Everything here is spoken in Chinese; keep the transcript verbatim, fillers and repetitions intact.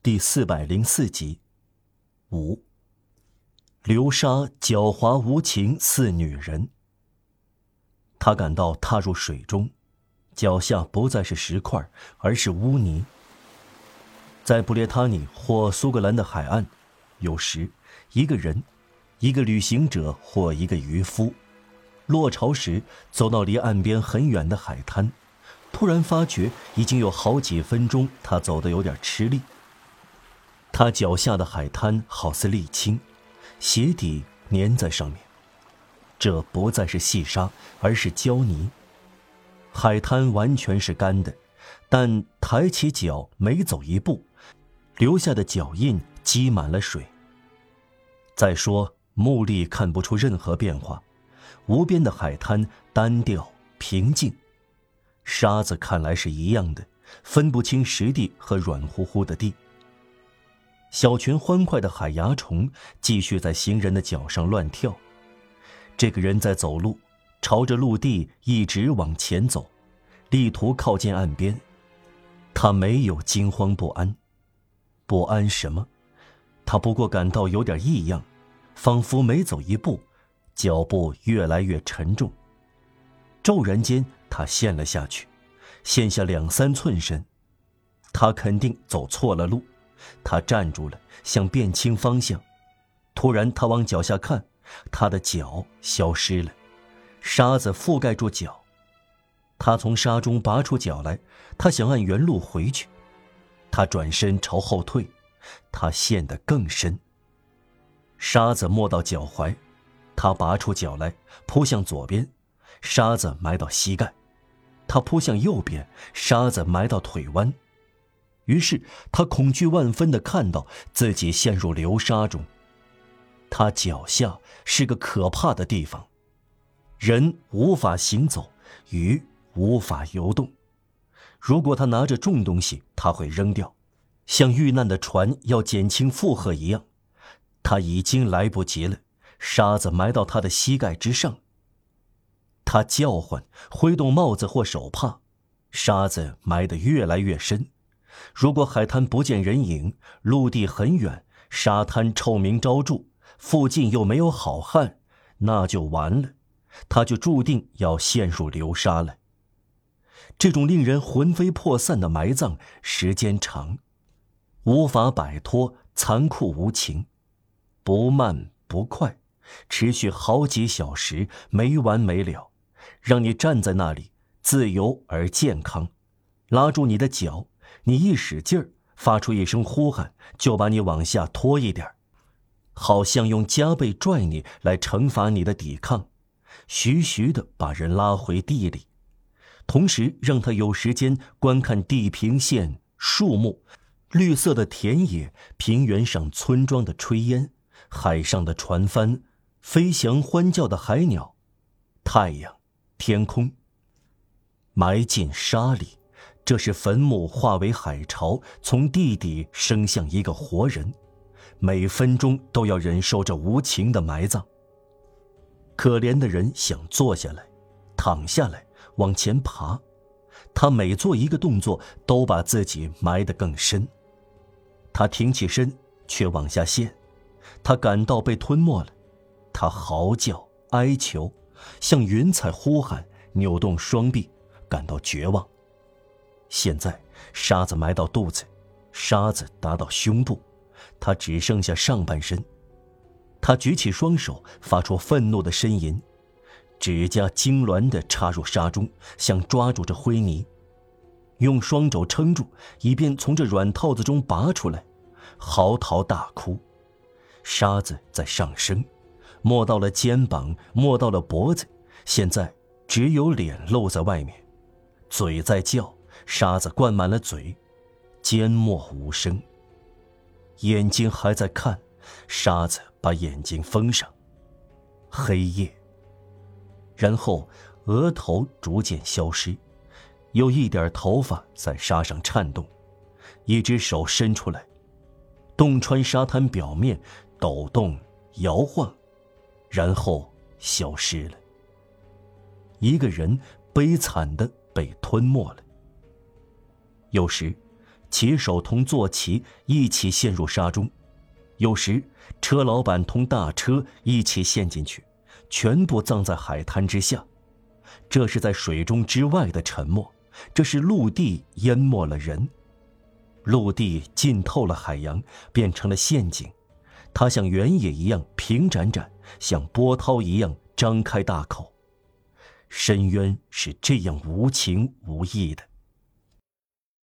第四百零四集。五。流沙狡猾无情似女人。他感到踏入水中，脚下不再是石块，而是污泥。在布列塔尼或苏格兰的海岸，有时一个人，一个旅行者或一个渔夫，落潮时走到离岸边很远的海滩，突然发觉已经有好几分钟他走得有点吃力。他脚下的海滩好似沥青，鞋底粘在上面，这不再是细沙，而是胶泥。海滩完全是干的，但抬起脚每走一步，留下的脚印积满了水。再说目力看不出任何变化，无边的海滩单调平静，沙子看来是一样的，分不清实地和软乎乎的地。小群欢快的海蚜虫继续在行人的脚上乱跳。这个人在走路，朝着陆地一直往前走，力图靠近岸边。他没有惊慌不安。不安什么？他不过感到有点异样，仿佛每走一步，脚步越来越沉重。骤然间，他陷了下去，陷下两三寸深。他肯定走错了路。他站住了，想辨清方向。突然他往脚下看，他的脚消失了，沙子覆盖住脚。他从沙中拔出脚来，他想按原路回去。他转身朝后退，他陷得更深。沙子没到脚踝，他拔出脚来，扑向左边，沙子埋到膝盖。他扑向右边，沙子埋到腿弯。于是他恐惧万分地看到自己陷入流沙中。他脚下是个可怕的地方，人无法行走，鱼无法游动。如果他拿着重东西，他会扔掉，像遇难的船要减轻负荷一样。他已经来不及了，沙子埋到他的膝盖之上。他叫唤，挥动帽子或手帕，沙子埋得越来越深。如果海滩不见人影，陆地很远，沙滩臭名昭著，附近又没有好汉，那就完了，他就注定要陷入流沙了。这种令人魂飞魄散的埋葬时间长，无法摆脱，残酷无情，不慢不快，持续好几小时，没完没了，让你站在那里自由而健康，拉住你的脚，你一使劲儿，发出一声呼喊，就把你往下拖一点，好像用加倍拽你来惩罚你的抵抗，徐徐地把人拉回地里，同时让他有时间观看地平线、树木、绿色的田野、平原上村庄的炊烟、海上的船帆、飞翔欢叫的海鸟、太阳、天空。埋进沙里，这是坟墓化为海潮，从地底升向一个活人，每分钟都要忍受着无情的埋葬。可怜的人想坐下来，躺下来，往前爬，他每做一个动作都把自己埋得更深。他挺起身，却往下陷，他感到被吞没了。他嚎叫哀求，向云彩呼喊，扭动双臂，感到绝望。现在沙子埋到肚子，沙子达到胸部，他只剩下上半身。他举起双手，发出愤怒的呻吟，指甲痉挛地插入沙中，想抓住这灰泥，用双肘撑住，以便从这软套子中拔出来，嚎啕大哭。沙子在上升，没到了肩膀，没到了脖子，现在只有脸露在外面，嘴在叫，沙子灌满了嘴，缄默无声。眼睛还在看，沙子把眼睛封上。黑夜。然后额头逐渐消失，有一点头发在沙上颤动，一只手伸出来，洞穿沙滩表面，抖动摇晃，然后消失了。一个人悲惨地被吞没了。有时骑手同坐骑一起陷入沙中，有时车老板同大车一起陷进去，全部葬在海滩之下。这是在水中之外的沉没，这是陆地淹没了人。陆地浸透了海洋，变成了陷阱，它像原野一样平展展，像波涛一样张开大口。深渊是这样无情无义的。